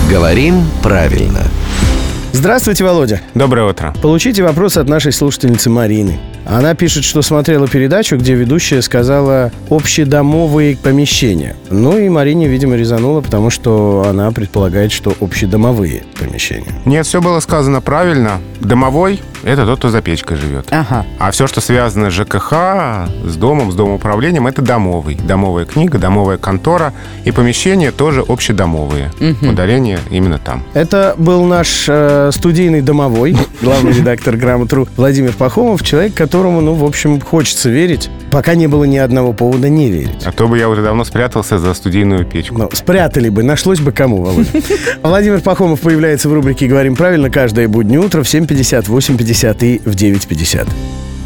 Говорим правильно. Здравствуйте, Володя. Доброе утро. Получите вопрос от нашей слушательницы Марины. Она пишет, что смотрела передачу, где ведущая сказала «общедомовые помещения». Ну и Марине, видимо, резануло, потому что она предполагает, что общедомовые помещения. Нет, все было сказано правильно. Домовой – это тот, кто за печкой живет. Ага. А все, что связано с ЖКХ, с домоуправлением, это домовый. Домовая книга, домовая контора. И помещения тоже общедомовые. Ударение именно там. Это был наш студийный домовой, главный редактор «Грамотру» Владимир Пахомов, человек, которому, в общем, хочется верить, пока не было ни одного повода не верить. А то бы я уже давно спрятался за студийную печку. Спрятали бы, нашлось бы кому, Володя. Владимир Пахомов появляется в рубрике «Говорим правильно» каждое буднее утро в 7:50, 8:50 и в 9:50.